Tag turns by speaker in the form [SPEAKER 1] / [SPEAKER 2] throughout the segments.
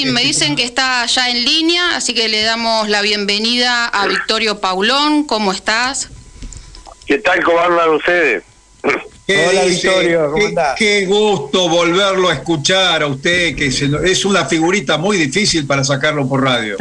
[SPEAKER 1] Me dicen que está ya en línea, así que le damos la bienvenida a Victorio Paulón. ¿Cómo estás?
[SPEAKER 2] ¿Qué tal? ¿Cómo andan ustedes?
[SPEAKER 3] Hola Victorio, ¿cómo andás?
[SPEAKER 4] Qué gusto volverlo a escuchar a usted, que es una figurita muy difícil para sacarlo por radio.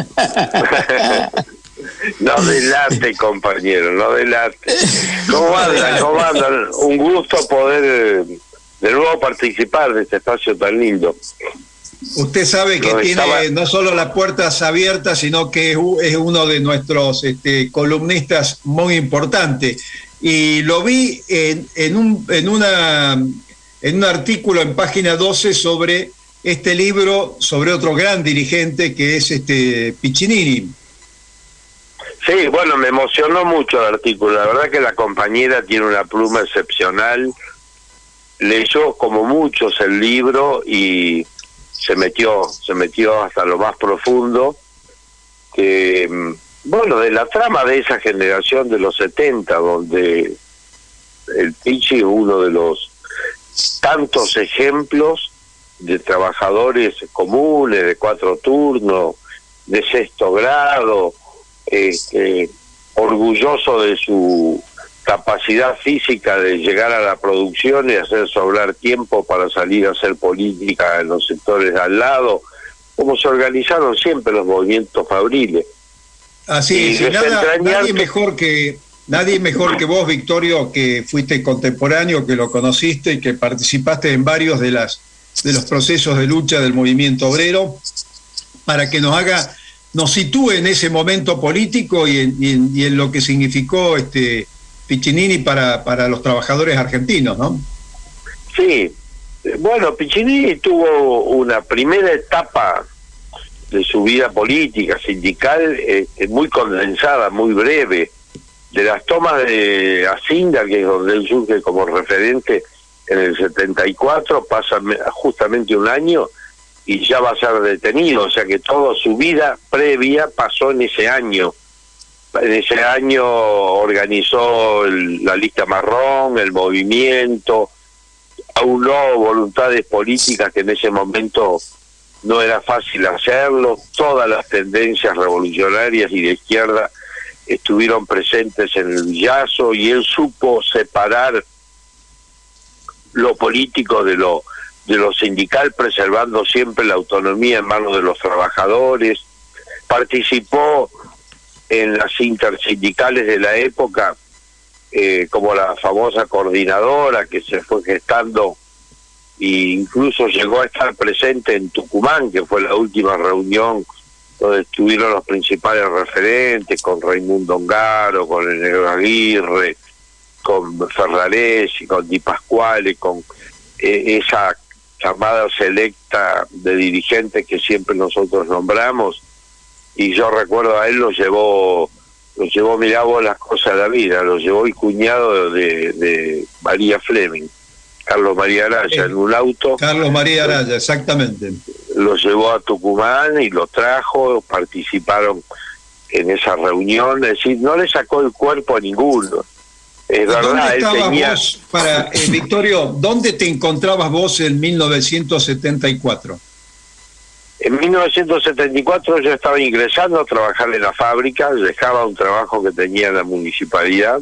[SPEAKER 2] No delate, compañero, no delate. ¿Cómo andan? ¿Cómo andan? Un gusto poder de nuevo participar de este espacio tan lindo.
[SPEAKER 4] Usted sabe que tiene no solo las puertas abiertas, sino que es uno de nuestros columnistas muy importante. Y lo vi en un artículo en página 12 sobre este libro, sobre otro gran dirigente que es Piccinini.
[SPEAKER 2] Sí, bueno, me emocionó mucho el artículo. La verdad que la compañera tiene una pluma excepcional. Leyó como muchos el libro y se metió hasta lo más profundo. Bueno, de la trama de esa generación de los 70, donde el Pichi es uno de los tantos ejemplos de trabajadores comunes, de 4 turnos, de 6º grado, orgulloso de su capacidad física de llegar a la producción y hacer sobrar tiempo para salir a hacer política en los sectores de al lado, como se organizaron siempre los movimientos fabriles.
[SPEAKER 4] Así es, nadie mejor que vos, Victorio, que fuiste contemporáneo, que lo conociste y que participaste en varios de los procesos de lucha del movimiento obrero, para que nos sitúe en ese momento político y en lo que significó Piccinini para los trabajadores argentinos, ¿no?
[SPEAKER 2] Sí, bueno, Piccinini tuvo una primera etapa de su vida política, sindical, muy condensada, muy breve. De las tomas de Asindar, que es donde él surge como referente en el 74, pasa justamente un año y ya va a ser detenido, o sea que toda su vida previa pasó en ese año. En ese año organizó la lista marrón, el movimiento, aunó voluntades políticas que en ese momento no era fácil hacerlo. Todas las tendencias revolucionarias y de izquierda estuvieron presentes en el Villazo y él supo separar lo político de lo sindical, preservando siempre la autonomía en manos de los trabajadores. Participó en las intersindicales de la época, como la famosa coordinadora que se fue gestando e incluso llegó a estar presente en Tucumán, que fue la última reunión donde estuvieron los principales referentes, con Raimundo Ongaro, con el Negro Aguirre, con Ferraresi, con Di Pasquale, con esa camada selecta de dirigentes que siempre nosotros nombramos. Y yo recuerdo a él lo llevó, mirá vos las cosas de la vida, lo llevó el cuñado de María Fleming, Carlos María Araya, en un auto.
[SPEAKER 4] Carlos María Araya, exactamente.
[SPEAKER 2] Lo llevó a Tucumán y lo trajo, participaron en esa reunión, es decir, no le sacó el cuerpo a ninguno. Es verdad, él tenía...
[SPEAKER 4] Vos Victorio, ¿dónde te encontrabas vos en 1974?
[SPEAKER 2] En 1974 yo estaba ingresando a trabajar en la fábrica, dejaba un trabajo que tenía en la municipalidad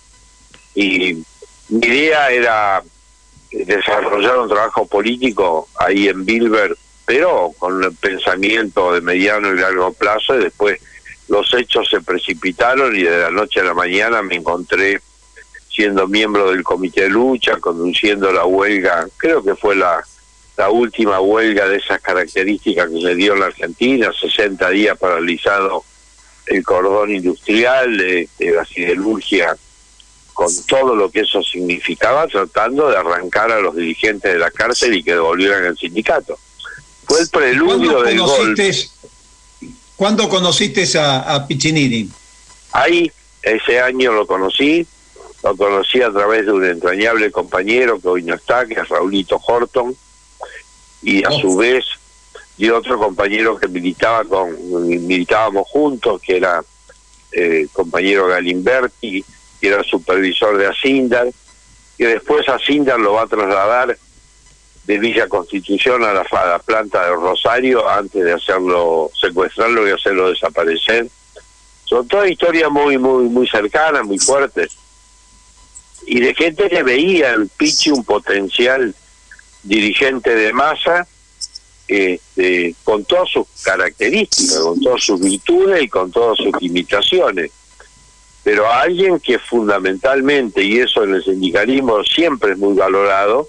[SPEAKER 2] y mi idea era desarrollar un trabajo político ahí en Bilber, pero con un pensamiento de mediano y largo plazo, y después los hechos se precipitaron y de la noche a la mañana me encontré siendo miembro del comité de lucha, conduciendo la huelga, creo que fue la última huelga de esas características que se dio en la Argentina, 60 días paralizado el cordón industrial, de la siderurgia, con todo lo que eso significaba, tratando de arrancar a los dirigentes de la cárcel y que devolvieran el sindicato. Fue el preludio del golpe.
[SPEAKER 4] ¿Cuándo conociste a Piccinini?
[SPEAKER 2] Ahí, ese año lo conocí a través de un entrañable compañero que hoy no está, que es Raulito Horton, y a su vez de otro compañero que militábamos juntos, que era compañero Galimberti, que era supervisor de Asindar, y después Asindar lo va a trasladar de Villa Constitución a la planta de Rosario antes de secuestrarlo y hacerlo desaparecer. Son todas historias muy cercanas, muy fuertes. Y de gente que veía en Pichi un potencial dirigente de masa, con todas sus características, con todas sus virtudes y con todas sus limitaciones. Pero alguien que fundamentalmente, y eso en el sindicalismo siempre es muy valorado,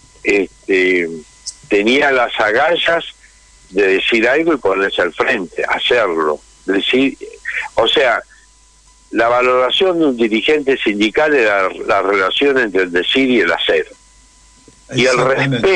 [SPEAKER 2] tenía las agallas de decir algo y ponerse al frente, hacerlo, decir, o sea, la valoración de un dirigente sindical era la relación entre el decir y el hacer. Y el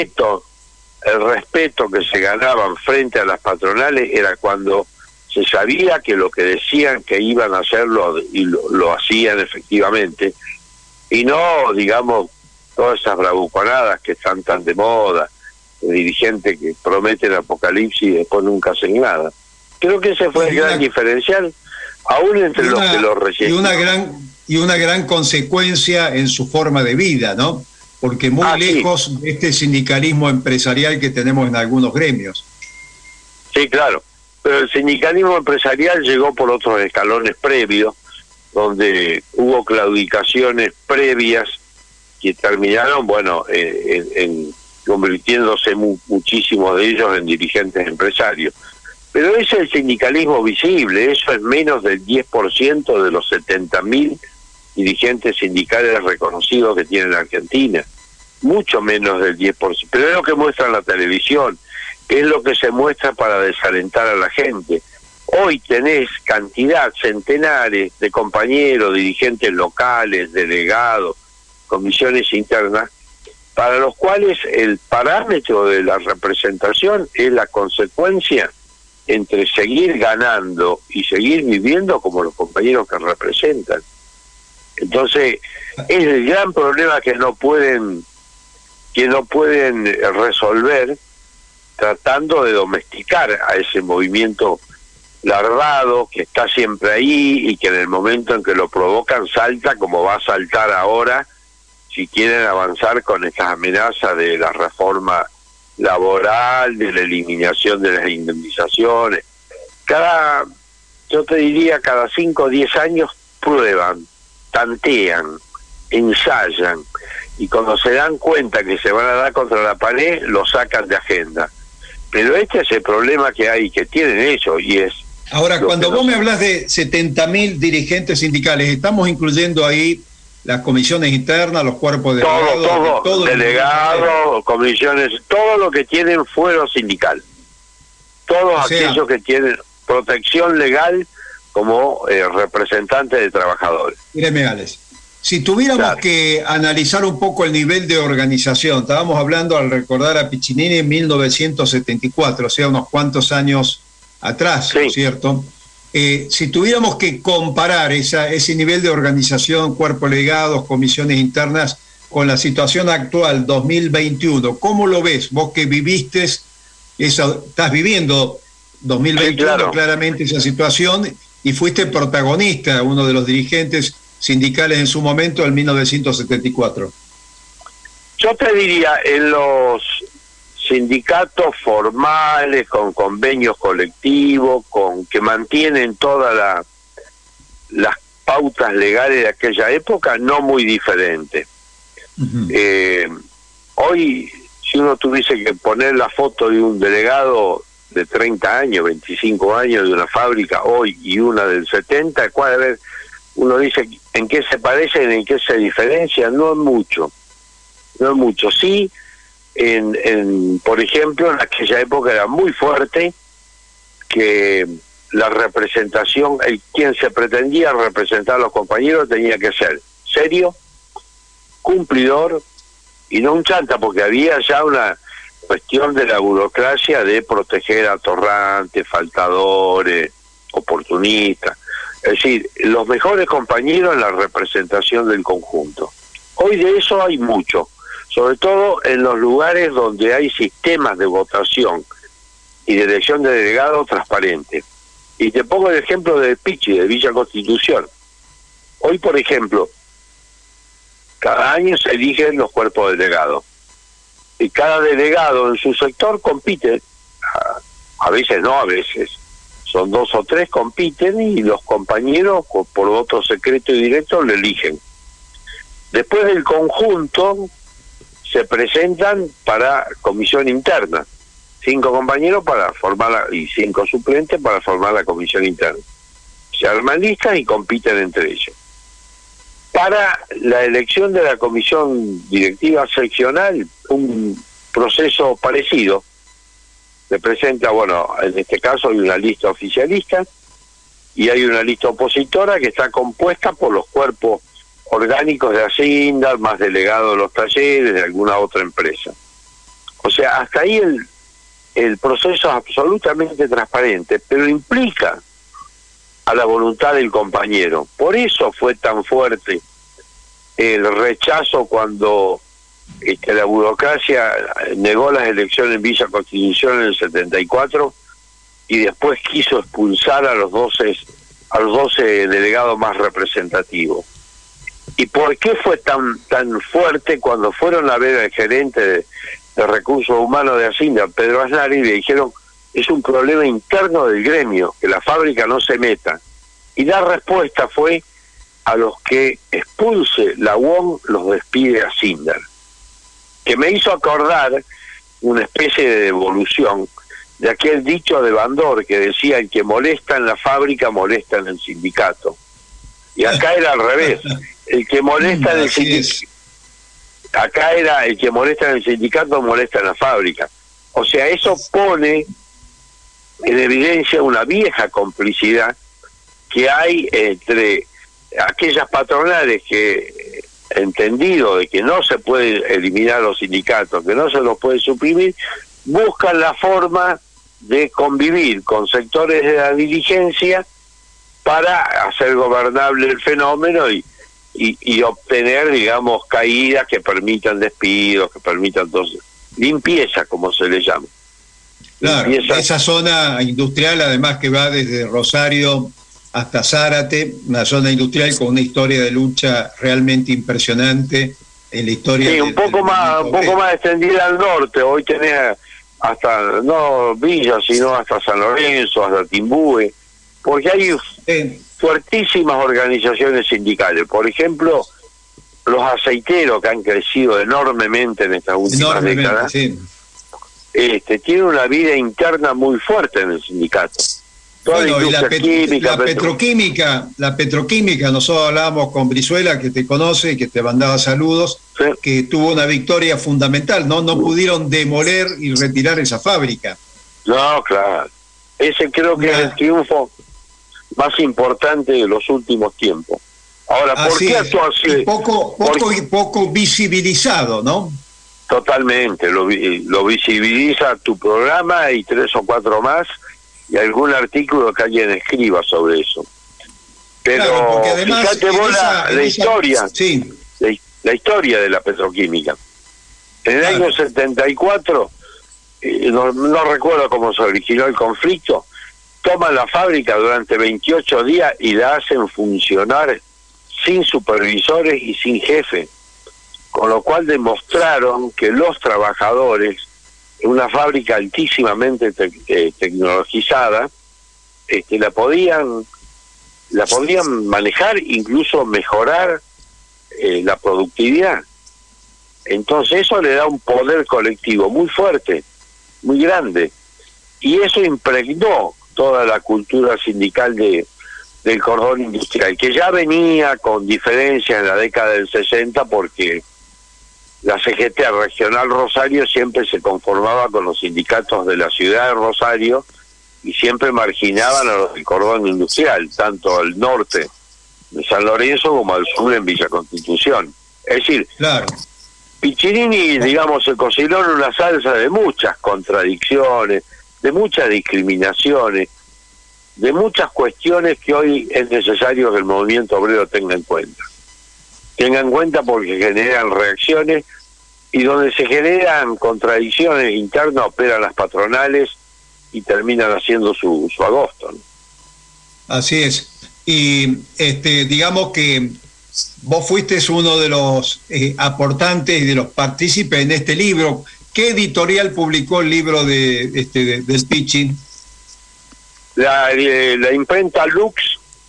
[SPEAKER 2] respeto que se ganaban frente a las patronales era cuando se sabía que lo que decían que iban a hacerlo y lo hacían efectivamente, y no, digamos, todas esas bravuconadas que están tan de moda, de dirigentes que prometen apocalipsis y después nunca hacen nada. Creo que ese fue el gran diferencial, aún entre los que lo resisten.
[SPEAKER 4] Y una gran consecuencia en su forma de vida, ¿no? Porque muy lejos de este sindicalismo empresarial que tenemos en algunos gremios.
[SPEAKER 2] Sí, claro. Pero el sindicalismo empresarial llegó por otros escalones previos, donde hubo claudicaciones previas que terminaron, bueno, en convirtiéndose muchísimos de ellos en dirigentes empresarios. Pero ese es el sindicalismo visible, eso es menos del 10% de los 70.000 dirigentes sindicales reconocidos que tiene la Argentina, mucho menos del 10%, pero es lo que muestra en la televisión, es lo que se muestra para desalentar a la gente. Hoy tenés cantidad, centenares de compañeros, dirigentes locales, delegados, comisiones internas, para los cuales el parámetro de la representación es la consecuencia entre seguir ganando y seguir viviendo como los compañeros que representan. Entonces, es el gran problema que no pueden resolver tratando de domesticar a ese movimiento larvado que está siempre ahí y que en el momento en que lo provocan salta como va a saltar ahora si quieren avanzar con estas amenazas de la reforma laboral, de la eliminación de las indemnizaciones. Yo te diría, cada 5 o 10 años prueban, tantean, ensayan, y cuando se dan cuenta que se van a dar contra la pared, lo sacan de agenda. Pero este es el problema que hay, que tienen ellos, y es...
[SPEAKER 4] Ahora, cuando vos me hablas de 70.000 dirigentes sindicales, ¿estamos incluyendo ahí las comisiones internas, los cuerpos de
[SPEAKER 2] todo delegados, comisiones, todo lo que tienen fuero sindical, todos aquellos que tienen protección legal como representantes de trabajadores.
[SPEAKER 4] Mire, Alex, si tuviéramos que analizar un poco el nivel de organización, estábamos hablando al recordar a Piccinini en 1974, o sea, unos cuantos años atrás, ¿no es cierto? Si tuviéramos que comparar ese nivel de organización, cuerpos legados, comisiones internas, con la situación actual, 2021, ¿cómo lo ves? Vos que viviste estás viviendo 2021 claramente esa situación y fuiste protagonista, uno de los dirigentes sindicales en su momento, en 1974.
[SPEAKER 2] Yo te diría, en los sindicatos formales, con convenios colectivos, con que mantienen todas las pautas legales de aquella época, no muy diferente. Hoy, si uno tuviese que poner la foto de un delegado de 30 años, 25 años de una fábrica hoy y una del 70, uno dice en qué se parecen, en qué se diferencian, no es mucho. Sí, por ejemplo, en aquella época era muy fuerte que la representación, quien se pretendía representar a los compañeros tenía que ser serio, cumplidor y no un chanta, porque había ya una cuestión de la burocracia de proteger a atorrantes, faltadores, oportunistas. Es decir, los mejores compañeros en la representación del conjunto. Hoy de eso hay mucho, sobre todo en los lugares donde hay sistemas de votación y de elección de delegados transparentes. Y te pongo el ejemplo de Pichi, de Villa Constitución. Hoy, por ejemplo, cada año se eligen los cuerpos delegados. y cada delegado en su sector compite, a veces no, a veces son 2 o 3, compiten y los compañeros por voto secreto y directo le eligen. Después del conjunto se presentan para comisión interna, 5 compañeros para formar y 5 suplentes para formar la comisión interna. Se arman listas y compiten entre ellos. Para la elección de la comisión directiva seccional, un proceso parecido. Se presenta, bueno, en este caso hay una lista oficialista y hay una lista opositora que está compuesta por los cuerpos orgánicos de Hacienda, más delegados de los talleres, de alguna otra empresa. O sea, hasta ahí el proceso es absolutamente transparente, pero implica a la voluntad del compañero. Por eso fue tan fuerte el rechazo cuando la burocracia negó las elecciones en Villa Constitución en el 74 y después quiso expulsar a los 12 delegados más representativos. ¿Y por qué fue tan fuerte cuando fueron a ver al gerente de Recursos Humanos de Hacienda, Pedro Aznari, y le dijeron, es un problema interno del gremio, que la fábrica no se meta? Y la respuesta fue, a los que expulse la UOM los despide Hacienda. Que me hizo acordar una especie de devolución de aquel dicho de Bandor que decía, el que molesta en la fábrica molesta en el sindicato. Y acá era al revés, el que molesta en el sindicato, acá era el que molesta en el sindicato molesta en la fábrica. O sea, eso pone en evidencia una vieja complicidad que hay entre aquellas patronales que, entendido de que no se puede eliminar los sindicatos, que no se los puede suprimir, buscan la forma de convivir con sectores de la dirigencia para hacer gobernable el fenómeno y obtener, digamos, caídas que permitan despidos, que permitan entonces limpieza, como se le llama.
[SPEAKER 4] Claro, esa zona industrial, además, que va desde Rosario hasta Zárate, una zona industrial con una historia de lucha realmente impresionante en la historia.
[SPEAKER 2] Sí, un poco más extendida al norte. Hoy tenés hasta, no Villa, sino hasta San Lorenzo, hasta Timbúe, porque hay fuertísimas organizaciones sindicales. Por ejemplo, los aceiteros, que han crecido enormemente en estas últimas décadas,
[SPEAKER 4] sí,
[SPEAKER 2] tienen una vida interna muy fuerte en el sindicato.
[SPEAKER 4] Bueno, y la petroquímica, nosotros hablábamos con Brizuela, que te conoce, que te mandaba saludos,
[SPEAKER 2] sí,
[SPEAKER 4] que tuvo una victoria fundamental, no pudieron demoler y retirar esa fábrica.
[SPEAKER 2] No, claro. Ese creo que es el triunfo más importante de los últimos tiempos. Ahora, ¿por qué actuó así?
[SPEAKER 4] Poco visibilizado, ¿no?
[SPEAKER 2] Totalmente, lo visibiliza tu programa y 3 o 4 más, y algún artículo que alguien escriba sobre eso. Pero claro, porque además, fíjate vos la historia,
[SPEAKER 4] sí,
[SPEAKER 2] la historia de la petroquímica. En el año 74, no recuerdo cómo se originó el conflicto, toman la fábrica durante 28 días y la hacen funcionar sin supervisores y sin jefe, con lo cual demostraron que los trabajadores, en una fábrica altísimamente tecnologizada, la podían manejar, incluso mejorar la productividad. Entonces eso le da un poder colectivo muy fuerte, muy grande, y eso impregnó toda la cultura sindical del cordón industrial, que ya venía con diferencias en la década del 60, porque la CGT Regional Rosario siempre se conformaba con los sindicatos de la ciudad de Rosario y siempre marginaban a los del cordón industrial, tanto al norte de San Lorenzo como al sur en Villa Constitución. Es decir,
[SPEAKER 4] claro,
[SPEAKER 2] Piccinini, digamos, se cocinó en una salsa de muchas contradicciones, de muchas discriminaciones, de muchas cuestiones que hoy es necesario que el movimiento obrero tenga en cuenta. Tengan en cuenta porque generan reacciones, y donde se generan contradicciones internas operan las patronales y terminan haciendo su agosto, ¿no?
[SPEAKER 4] Así es. Y digamos que vos fuiste uno de los aportantes y de los partícipes en este libro. ¿qué editorial publicó el libro del Pichi?
[SPEAKER 2] La imprenta Lux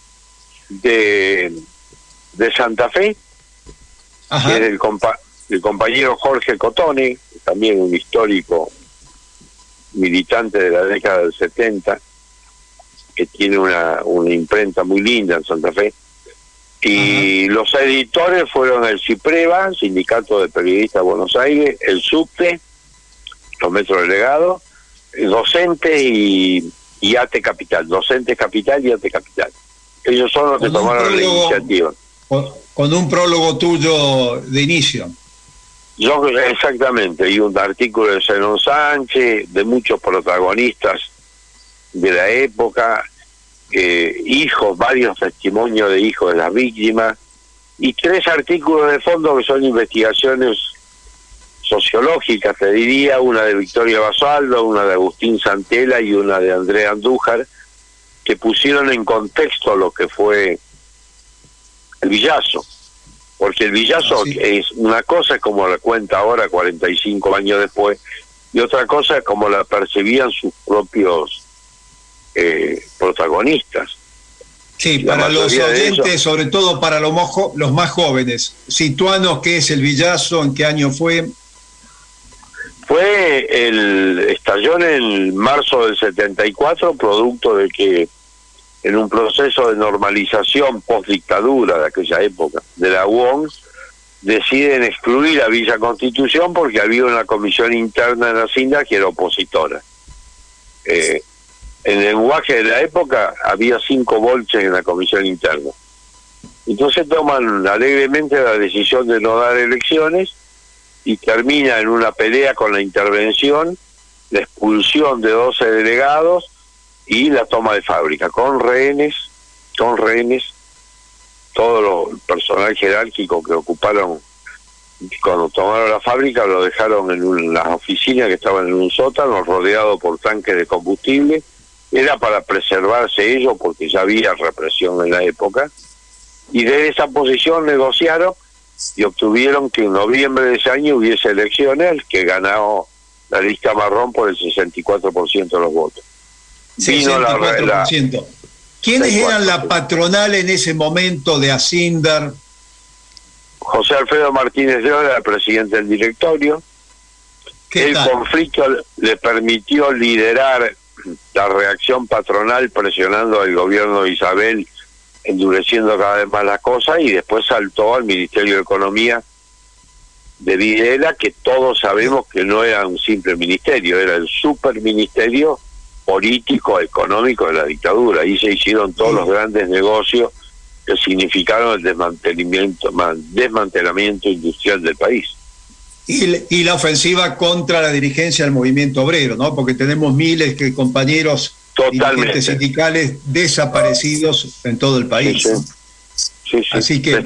[SPEAKER 2] de Santa Fe, que es el compañero Jorge Cotone, también un histórico militante de la década del 70, que tiene una imprenta muy linda en Santa Fe. Y los editores fueron el CIPREVA, Sindicato de Periodistas de Buenos Aires, el SUBTE, los metrodelegados, Docentes y ATE Capital, Docentes Capital y ATE Capital. Ellos son los que tomaron la iniciativa.
[SPEAKER 4] Con un prólogo tuyo de inicio.
[SPEAKER 2] Exactamente, y un artículo de Zenón Sánchez, de muchos protagonistas de la época, hijos, varios testimonios de hijos de las víctimas, y 3 artículos de fondo que son investigaciones sociológicas, te diría, una de Victoria Basualdo, una de Agustín Santella y una de Andrea Andújar, que pusieron en contexto lo que fue el Villazo. Porque el Villazo es una cosa como la cuenta ahora, 45 años después, y otra cosa como la percibían sus propios protagonistas.
[SPEAKER 4] Sí, para los oyentes, sobre todo para los más jóvenes, situanos qué es el Villazo, en qué año fue.
[SPEAKER 2] Estalló en marzo del 74, producto de que en un proceso de normalización post-dictadura de aquella época, de la UON, deciden excluir a Villa Constitución porque había una comisión interna de la CINDA que era opositora. En el lenguaje de la época había 5 bolches en la comisión interna. Entonces toman alegremente la decisión de no dar elecciones y termina en una pelea con la intervención, la expulsión de 12 delegados y la toma de fábrica, con rehenes, todo el personal jerárquico que ocuparon cuando tomaron la fábrica lo dejaron en las oficinas que estaban en un sótano rodeado por tanques de combustible. Era para preservarse ellos porque ya había represión en la época, y de esa posición negociaron y obtuvieron que en noviembre de ese año hubiese elecciones, que ganó la lista marrón por el 64% de los votos.
[SPEAKER 4] 64%. ¿Quiénes eran la patronal en ese momento de Asindar?
[SPEAKER 2] José Alfredo Martínez de Ola, el presidente del directorio. El conflicto le permitió liderar la reacción patronal presionando al gobierno de Isabel, endureciendo cada vez más las cosas, y después saltó al Ministerio de Economía de Videla, que todos sabemos que no era un simple ministerio, era el superministerio político, económico de la dictadura. Ahí se hicieron todos los grandes negocios que significaron el desmantelamiento industrial del país.
[SPEAKER 4] Y la ofensiva contra la dirigencia del movimiento obrero, ¿no? Porque tenemos miles de compañeros dirigentes sindicales desaparecidos en todo el país.
[SPEAKER 2] Sí.
[SPEAKER 4] Así que,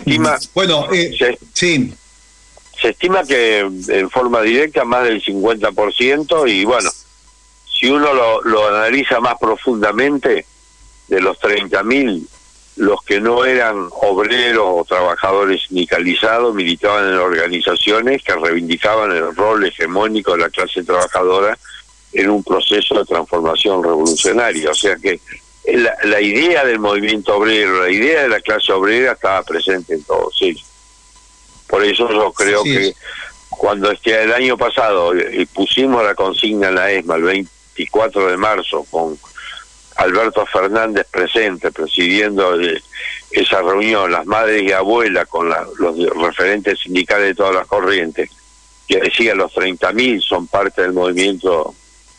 [SPEAKER 2] se estima que en forma directa más del 50%, y bueno, si uno lo analiza más profundamente, de los 30.000, los que no eran obreros o trabajadores sindicalizados militaban en organizaciones que reivindicaban el rol hegemónico de la clase trabajadora en un proceso de transformación revolucionaria. O sea que la idea del movimiento obrero, la idea de la clase obrera estaba presente en todos ellos. Por eso yo creo que cuando el año pasado pusimos la consigna en la ESMA, el 24 de marzo, con Alberto Fernández presente, presidiendo esa reunión, las madres y abuelas con los referentes sindicales de todas las corrientes, que decían los 30.000 son parte del movimiento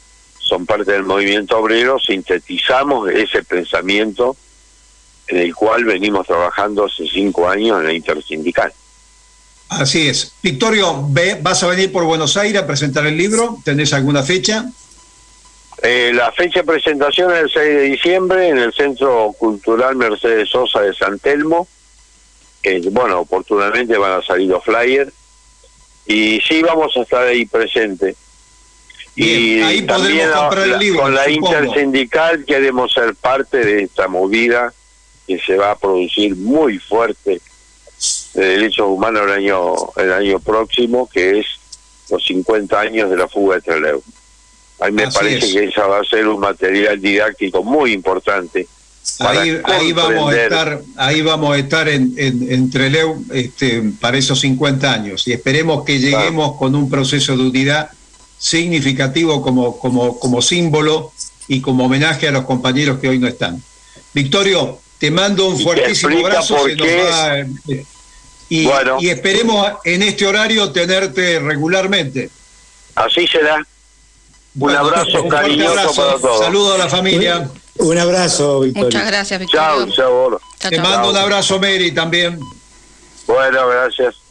[SPEAKER 2] obrero, sintetizamos ese pensamiento en el cual venimos trabajando hace 5 años en la intersindical.
[SPEAKER 4] Así es. Victorio, ¿vas a venir por Buenos Aires a presentar el libro? ¿Tenés alguna fecha?
[SPEAKER 2] La fecha de presentación es el 6 de diciembre en el Centro Cultural Mercedes Sosa de San Telmo. Bueno, oportunamente van a salir los flyers. Y sí, vamos a estar ahí presentes. Y
[SPEAKER 4] ahí
[SPEAKER 2] también
[SPEAKER 4] comprar el libro,
[SPEAKER 2] con la
[SPEAKER 4] supongo.
[SPEAKER 2] intersindical queremos ser parte de esta movida que se va a producir muy fuerte de derechos humanos el año próximo, que es los 50 años de la fuga de Trelew. A mí me parece que esa va a ser un material didáctico muy importante.
[SPEAKER 4] Ahí vamos a estar en Trelew para esos 50 años y esperemos que lleguemos con un proceso de unidad significativo como símbolo y como homenaje a los compañeros que hoy no están. Victorio, te mando un fuertísimo abrazo. Y esperemos en este horario tenerte regularmente.
[SPEAKER 2] Así será. Un abrazo cariñoso para todos.
[SPEAKER 4] Saludos a la familia.
[SPEAKER 3] Un abrazo, Victorio.
[SPEAKER 1] Muchas gracias, Victorio.
[SPEAKER 2] Chao.
[SPEAKER 4] Te mando un abrazo, Mary, también.
[SPEAKER 2] Bueno, gracias.